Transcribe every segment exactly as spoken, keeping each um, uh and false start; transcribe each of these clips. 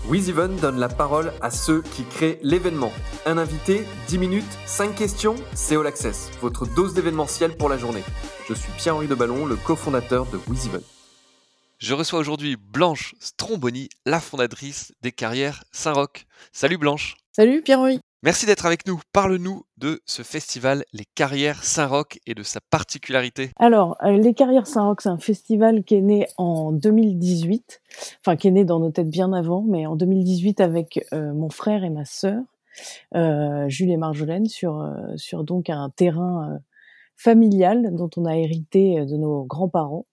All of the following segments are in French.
WizEven donne la parole à ceux qui créent l'événement. Un invité, dix minutes, cinq questions, c'est All Access, votre dose d'événementiel pour la journée. Je suis Pierre-Henri Deballon, le cofondateur de WizEven. Je reçois aujourd'hui Blanche Stromboni, la fondatrice des Carrières Saint-Roch. Salut Blanche. Salut Pierre-Henri. Merci d'être avec nous. Parle-nous de ce festival Les Carrières Saint-Roch et de sa particularité. Alors, euh, Les Carrières Saint-Roch, c'est un festival qui est né en deux mille dix-huit, enfin qui est né dans nos têtes bien avant, mais en deux mille dix-huit avec euh, mon frère et ma sœur, euh, Jules et Marjolaine, sur, euh, sur donc un terrain euh, familial dont on a hérité de nos grands-parents.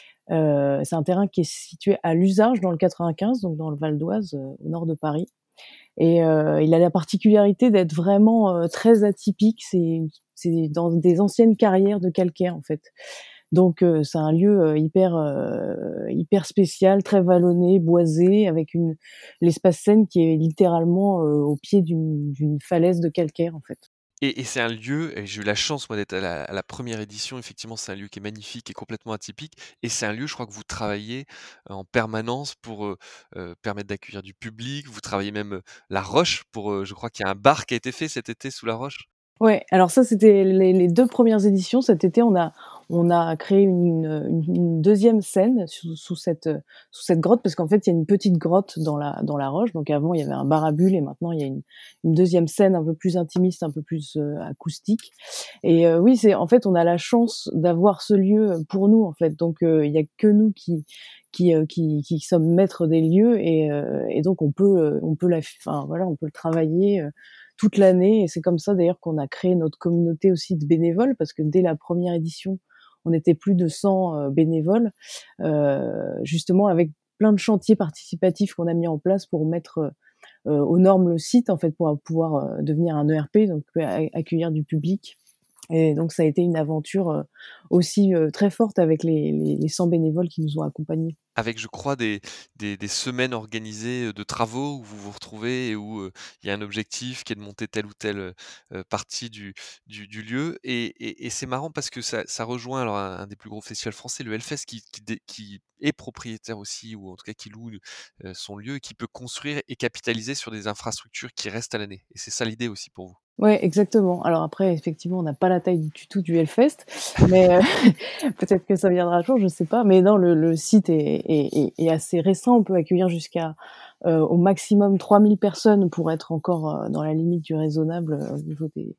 Euh, c'est un terrain qui est situé à Luzarches, dans le quatre-vingt-quinze, donc dans le Val d'Oise, euh, au nord de Paris. Et euh, il a la particularité d'être vraiment euh, très atypique. C'est, c'est dans des anciennes carrières de calcaire en fait. Donc euh, c'est un lieu euh, hyper euh, hyper spécial, très vallonné, boisé, avec une l'espace scène qui est littéralement euh, au pied d'une, d'une falaise de calcaire en fait. Et, et c'est un lieu, et j'ai eu la chance moi d'être à la, à la première édition, effectivement c'est un lieu qui est magnifique et complètement atypique, et c'est un lieu je crois que vous travaillez euh, en permanence pour euh, euh, permettre d'accueillir du public, vous travaillez même euh, la roche, pour, euh, je crois qu'il y a un bar qui a été fait cet été sous la roche. Ouais, alors ça c'était les, les deux premières éditions. Cet été, on a on a créé une, une, une deuxième scène sous, sous cette sous cette grotte parce qu'en fait il y a une petite grotte dans la dans la roche. Donc avant il y avait un bar à bulles et maintenant il y a une, une deuxième scène un peu plus intimiste, un peu plus euh, acoustique. Et euh, oui, c'est en fait on a la chance d'avoir ce lieu pour nous en fait. Donc euh, il y a que nous qui qui euh, qui, qui sommes maîtres des lieux et, euh, et donc on peut euh, on peut la enfin voilà on peut le travailler. Euh, toute l'année. Et c'est comme ça d'ailleurs qu'on a créé notre communauté aussi de bénévoles, parce que dès la première édition, on était plus de cent euh, bénévoles, euh, justement avec plein de chantiers participatifs qu'on a mis en place pour mettre euh, aux normes le site, en fait, pour pouvoir euh, devenir un E R P, donc accueillir du public. Et donc ça a été une aventure euh, aussi euh, très forte avec les, les, les cent bénévoles qui nous ont accompagnés. Avec, je crois, des, des, des semaines organisées de travaux où vous vous retrouvez et où euh, il y a un objectif qui est de monter telle ou telle euh, partie du, du, du lieu. Et, et, et c'est marrant parce que ça, ça rejoint alors un, un des plus gros festivals français, le Hellfest, qui, qui, dé- qui est propriétaire aussi, ou en tout cas qui loue euh, son lieu, et qui peut construire et capitaliser sur des infrastructures qui restent à l'année. Et c'est ça l'idée aussi pour vous. Ouais, exactement. Alors après, effectivement, on n'a pas la taille du tout du Hellfest, mais euh, peut-être que ça viendra un jour, je sais pas. Mais non, le, le site est, est, est, est assez récent. On peut accueillir jusqu'à euh, au maximum trois mille personnes pour être encore euh, dans la limite du raisonnable euh, au niveau des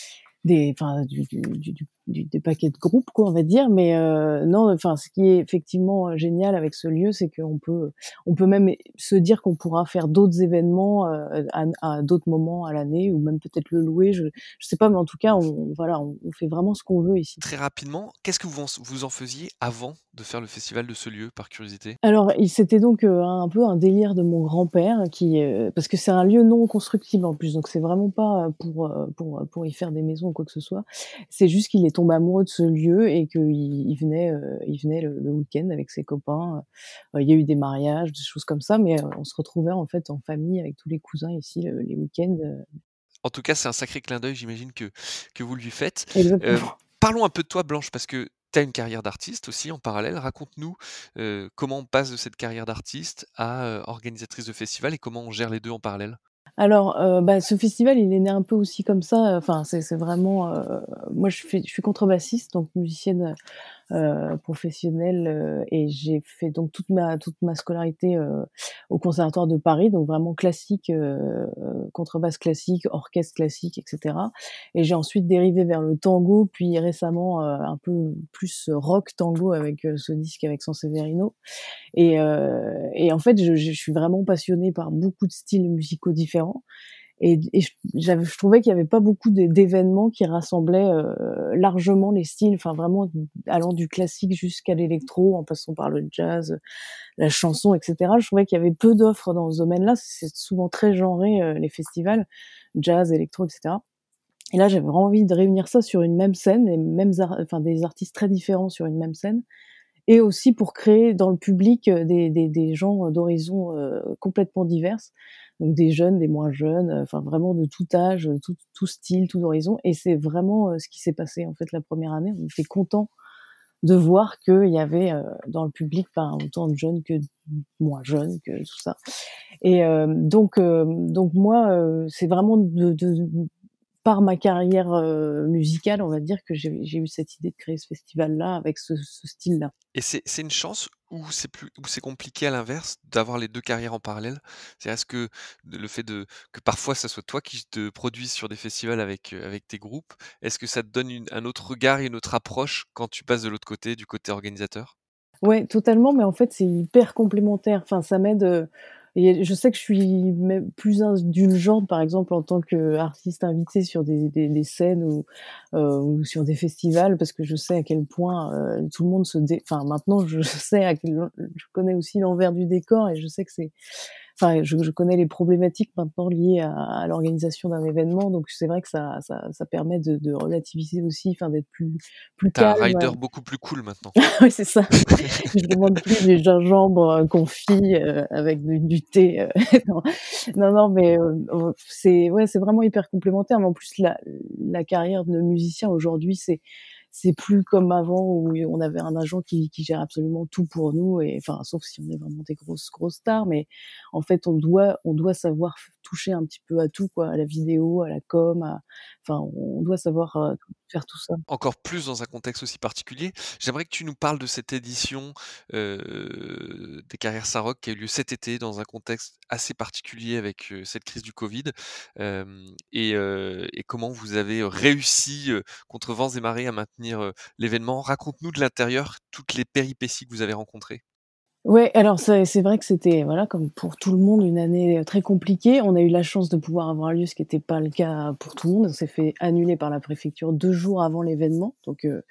des enfin du, du, du, du, des paquets de groupes quoi on va dire. Mais euh, non, enfin ce qui est effectivement euh, génial avec ce lieu, c'est qu'on peut on peut même se dire qu'on pourra faire d'autres événements euh, à, à d'autres moments à l'année, ou même peut-être le louer, je je sais pas, mais en tout cas on voilà on, on fait vraiment ce qu'on veut ici. Très rapidement, qu'est-ce que vous en, vous en faisiez avant de faire le festival de ce lieu, par curiosité? Alors, il c'était donc heu, un peu un délire de mon grand-père qui, heu parce que c'est un lieu non constructible en plus, donc c'est vraiment pas, heu, pour, heu, pour, heu, pour y faire des maisons ou quoi que ce soit. C'est juste qu'il est tombé amoureux de ce lieu et qu'il il venait, heu, il venait le le week-end avec ses copains. Heu, il y a eu des mariages, des choses comme ça, mais, heu, on se retrouvait en fait en famille avec tous les cousins ici le les week-ends, heu En tout cas, c'est un sacré clin d'œil, j'imagine, que, que vous lui faites. Euh, exactement. parlons un peu de toi, Blanche, parce que tu as une carrière d'artiste aussi en parallèle. Raconte-nous euh, comment on passe de cette carrière d'artiste à euh, organisatrice de festival et comment on gère les deux en parallèle. Alors, heu, bah, ce festival, il est né un peu aussi comme ça, enfin c'est c'est vraiment, heu moi je fais je suis contrebassiste, donc musicienne, heu, professionnelle, heu et j'ai fait donc toute ma toute ma scolarité, heu, au conservatoire de Paris, donc vraiment classique, heu, contrebasse classique, orchestre classique et cetera, et j'ai ensuite dérivé vers le tango, puis récemment, heu, un peu plus rock tango avec, heu, ce disque avec Sanseverino. Et, euh, et en fait, je, je suis vraiment passionnée par beaucoup de styles musicaux différents. Et, et je, j'avais, je trouvais qu'il y avait pas beaucoup de- d'événements qui rassemblaient euh, largement les styles, enfin vraiment allant du classique jusqu'à l'électro, en passant par le jazz, la chanson, et cetera. Je trouvais qu'il y avait peu d'offres dans ce domaine-là. C'est souvent très genré, euh, les festivals, jazz, électro, et cetera. Et là, j'avais vraiment envie de réunir ça sur une même scène, les mêmes, ar- enfin des artistes très différents sur une même scène, et aussi pour créer dans le public euh, des, des, des gens d'horizons euh, complètement diverses, donc des jeunes, des moins jeunes, euh, enfin vraiment de tout âge, tout, tout style, tout horizon. Et c'est vraiment euh, ce qui s'est passé en fait la première année. On était content de voir qu'il y avait euh, dans le public ben, autant de jeunes que de moins jeunes, que tout ça. Et heu, donc heu, donc moi, heu, c'est vraiment de de par ma carrière, heu, musicale, on va dire, que j'ai j'ai eu cette idée de créer ce festival-là avec ce ce style-là. Et c'est c'est une chance ou c'est plus ou c'est compliqué à l'inverse d'avoir les deux carrières en parallèle? C'est est-ce que de le fait de que parfois ça soit toi qui te produises sur des festivals avec, heu, avec tes groupes, est-ce que ça te donne une un autre regard et une autre approche quand tu passes de l'autre côté, du côté organisateur? Ouais, totalement, mais en fait, c'est hyper complémentaire. Enfin, ça m'aide, heu et je sais que je suis même plus indulgente, par exemple, en tant qu'artiste invité sur des des des scènes ou heu, ou sur des festivals parce que je sais à quel point, heu, tout le monde se dé enfin, maintenant, je sais à quel je connais aussi l'envers du décor et je sais que c'est enfin, je je connais les problématiques maintenant liées à à l'organisation d'un événement, donc c'est vrai que ça ça ça permet de de relativiser aussi, enfin, d'être plus plus Tu as un calme. rider beaucoup plus cool maintenant. Oui, c'est ça. Je demande plus du gingembre, heu, confit, heu, avec du du thé, heu, non. Non, non, mais, heu, heu, c'est ouais, c'est vraiment hyper complémentaire, mais en plus la la carrière de musicien aujourd'hui, c'est c'est plus comme avant où on avait un agent qui qui gère absolument tout pour nous et enfin, sauf si on est vraiment des grosses, grosses stars, mais en fait, on doit on doit savoir f toucher un petit peu à tout, quoi, à la vidéo, à la com, à enfin, on doit savoir, heu, faire tout ça. Encore plus dans un contexte aussi particulier. J'aimerais que tu nous parles de cette édition, heu, des Carrières Saint-Roch qui a eu lieu cet été dans un contexte assez particulier avec, heu, cette crise du covid. Hem et heu et comment vous avez, réussi, heu, contre vents et marées à maintenir, heu, l'événement? Raconte-nous de l'intérieur toutes les péripéties que vous avez rencontrées. Ouais, alors c'est c'est vrai que c'était, voilà, comme pour tout le monde, une année, heu, très compliquée. On a eu la chance de pouvoir avoir lieu, ce qui était pas le cas pour tout le monde. On s'est fait annuler par la préfecture deux jours avant l'événement, donc heu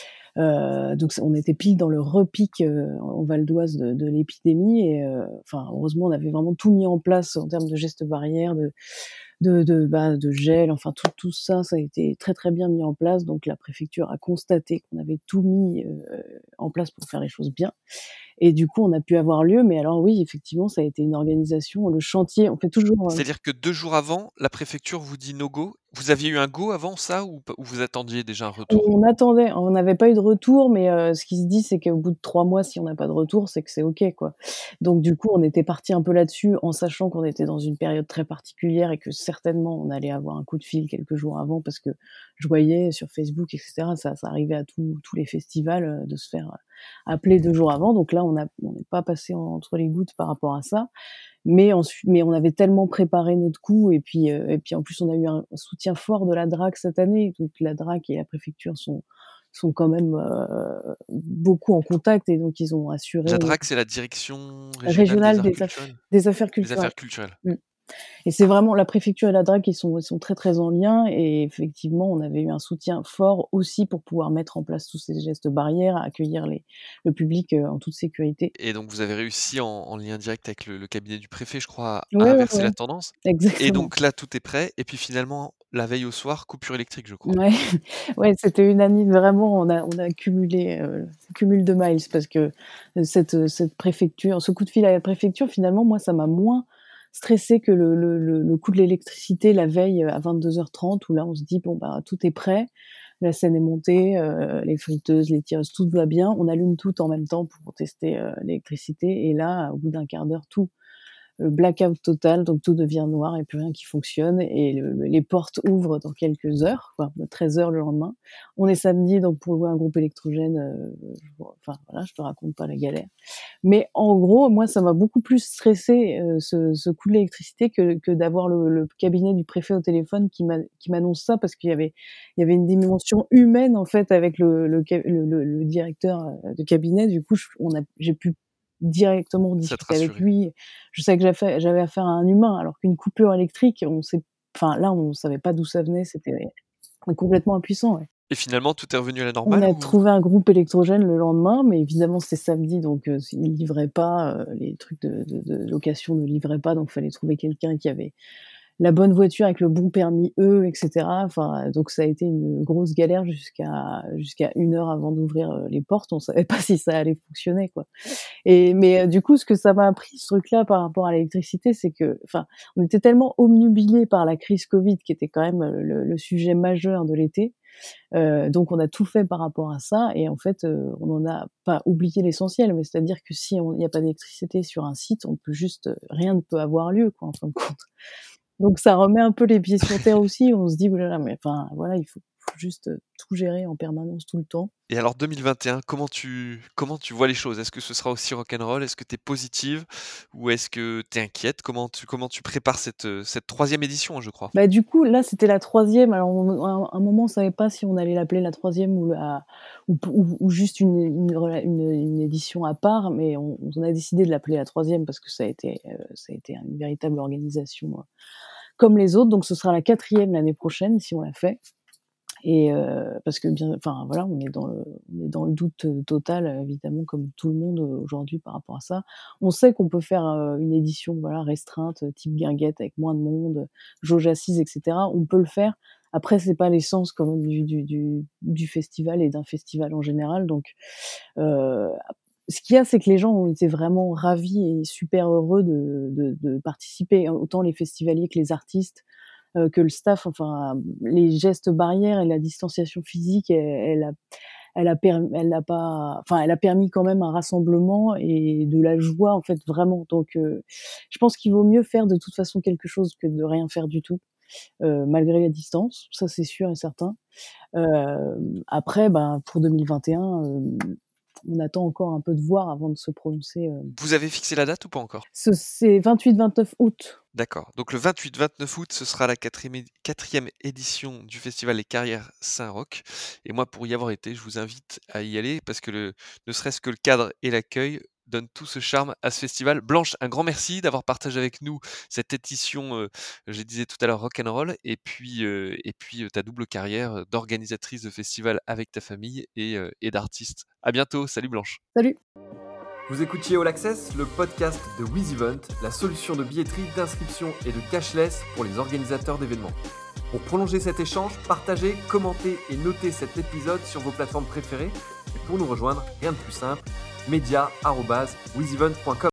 heu, donc c on était pile dans le repic, heu, en Val d'Oise de de l'épidémie et heu, enfin, heureusement, on avait vraiment tout mis en place en termes de gestes barrières, de de de, bah, de gel, enfin tout tout ça, ça a été très, très bien mis en place. Donc la préfecture a constaté qu'on avait tout mis, heu, en place pour faire les choses bien. Et du coup, on a pu avoir lieu, mais alors oui, effectivement, ça a été une organisation. Le chantier, on fait toujours, heu C'est-à-dire que deux jours avant, la préfecture vous dit: «No go». Vous aviez eu un go avant ça ou p ou vous attendiez déjà un retour? on attendait, on n'avait pas eu de retour, mais heu, ce qui se dit, c'est qu'au bout de trois mois, si on n'a pas de retour, c'est que c'est OK, quoi. Donc du coup, on était partis un peu là-dessus, en sachant qu'on était dans une période très particulière et que certainement on allait avoir un coup de fil quelques jours avant parce que je voyais sur Facebook et cetera, ça ça arrivait à tous tous les festivals, heu, de se faire, heu, appeler deux jours avant. Donc là, on a on n'est pas passé entre les gouttes par rapport à ça. Mais ensuite, mais on avait tellement préparé notre coup et puis, heu et puis en plus on a eu un soutien fort de la D R A C cette année. Donc la D R A C et la préfecture sont sont quand même, heu, beaucoup en contact et donc ils ont assuré La une D R A C, c'est la Direction régionale des régionale arts des aff culturels? des affaires Des culturelles. affaires culturelles. Mmh. Et c'est vraiment la préfecture et la D R A C, ils sont ils sont très, très en lien et effectivement, on avait eu un soutien fort aussi pour pouvoir mettre en place tous ces gestes barrières, accueillir les le public, heu, en toute sécurité. Et donc vous avez réussi en en lien direct avec le le cabinet du préfet, je crois, à Ouais, ouais, inverser ouais, la tendance? Et exactement. donc là, tout est prêt et puis finalement, la veille au soir, coupure électrique, je crois? Ouais, ouais, c'était une année vraiment, on a on a cumulé, heu, cumul de miles parce que, heu, cette, heu, cette préfecture ce coup de fil à la préfecture, finalement, moi, ça m'a moins stressée que le le le le coup de l'électricité la veille, heu, à vingt-deux heures trente où là, on se dit: «Bon, bah, tout est prêt, la scène est montée, heu, les friteuses, les tireuses, tout va bien». On allume tout en même temps pour tester, heu, l'électricité et là, au bout d'un quart d'heure, tout le blackout total, donc tout devient noir et plus rien qui fonctionne et le le les portes ouvrent dans quelques heures, quoi, treize heures le lendemain. On est samedi, donc pour louer un groupe électrogène, heu, je enfin voilà, je te raconte pas la galère. Mais en gros, moi, ça m'a beaucoup plus stressée, heu, ce ce coup de l'électricité que que d'avoir le le cabinet du préfet au téléphone qui m'a qui m'annonce ça parce qu'il y avait il y avait une dimension humaine, en fait, avec le le ca le le le directeur, heu, de cabinet. Du coup, je on a j'ai pu directement Ça te discuter avec rassurait. lui. Je savais que j'avais fait j'avais affaire à un humain, alors qu'une coupure électrique, on sait enfin là, on savait pas d'où ça venait, c'était complètement impuissant, ouais. Et finalement, tout est revenu à la On normale a ou? trouvé un groupe électrogène le lendemain, mais évidemment c'était samedi donc heu, ils livraient pas, heu, les trucs de de de location ne livraient pas, donc fallait trouver quelqu'un qui avait la bonne voiture avec le bon permis E et cetera. Enfin, donc ça a été une grosse galère jusqu'à jusqu'à une heure avant d'ouvrir, heu, les portes. On savait pas si ça allait fonctionner, quoi. Et mais heu, du coup, ce que ça m'a appris ce truc-là par rapport à l'électricité, c'est que enfin, on était tellement obnubilés par la crise Covid qui était quand même, heu, le le sujet majeur de l'été, Heu, donc on a tout fait par rapport à ça et en fait, heu, on en a pas oublié l'essentiel, mais c'est-à-dire que si on il y a pas d'électricité sur un site, on peut juste, heu, rien ne peut avoir lieu, quoi, en fin de compte. Donc ça remet un peu les pieds sur terre aussi. On se dit: «Ouh là là, mais enfin, voilà, il faut faut juste, heu, tout gérer en permanence tout le temps». Et alors deux mille vingt et un, comment tu comment tu vois les choses? Est-ce que ce sera aussi rock'n'roll? Est-ce que tu es positive ou est-ce que tu es inquiète? Comment tu comment tu prépares cette, heu, cette troisième édition, je crois? Bah, du coup, là, c'était la troisième. Alors on à un un moment, on savait pas si on allait l'appeler la troisième ou la ou p ou ou juste une une rela une une édition à part, mais on on a décidé de l'appeler la troisième parce que ça a été, heu, ça a été une véritable organisation, heu, comme les autres. Donc ce sera la quatrième l'année prochaine si on la fait et heu, parce que bien enfin voilà, on est dans le on est dans le doute, heu, total, heu, évidemment comme tout le monde, heu, aujourd'hui par rapport à ça. On sait qu'on peut faire, heu, une édition, voilà, restreinte, heu, type guinguette avec moins de monde, heu, jauge assise et cetera. On peut le faire. Après, c'est pas l'essence quand même du du du du festival et d'un festival en général. Donc, heu, ap ce qu'il y a, c'est que les gens ont été vraiment ravis et super heureux de de de participer, hein, autant les festivaliers que les artistes, heu, que le staff. Enfin, les gestes barrières et la distanciation physique, elle elle a elle a perm elle a pas enfin, elle a permis quand même un rassemblement et de la joie, en fait, vraiment. Donc, heu, je pense qu'il vaut mieux faire de toute façon quelque chose que de rien faire du tout, heu, malgré la distance. Ça, c'est sûr et certain. Hem, après, ben, pour deux mille vingt et un, hem, on attend encore un peu de voir avant de se prononcer, heu. Vous avez fixé la date ou pas encore? Ce c'est vingt-huit vingt-neuf août. D'accord, donc le vingt-huit vingt-neuf août, ce sera la quatrième édi quatrième édition du festival Les Carrières Saint-Roch et moi, pour y avoir été, je vous invite à y aller parce que le ne serait-ce que le cadre et l'accueil donnent tout ce charme à ce festival. Blanche, un grand merci d'avoir partagé avec nous cette édition, heu, je disais tout à l'heure rock'n'roll et puis, heu et puis, heu, ta double carrière, heu, d'organisatrice de festival avec ta famille et heu et d'artiste. À bientôt, salut Blanche. Salut! Vous écoutiez All Access, le podcast de WizEvent, la solution de billetterie, d'inscription et de cashless pour les organisateurs d'événements. Pour prolonger cet échange, partagez, commentez et notez cet épisode sur vos plateformes préférées. Et pour nous rejoindre, rien de plus simple, media arobase wizevent point com.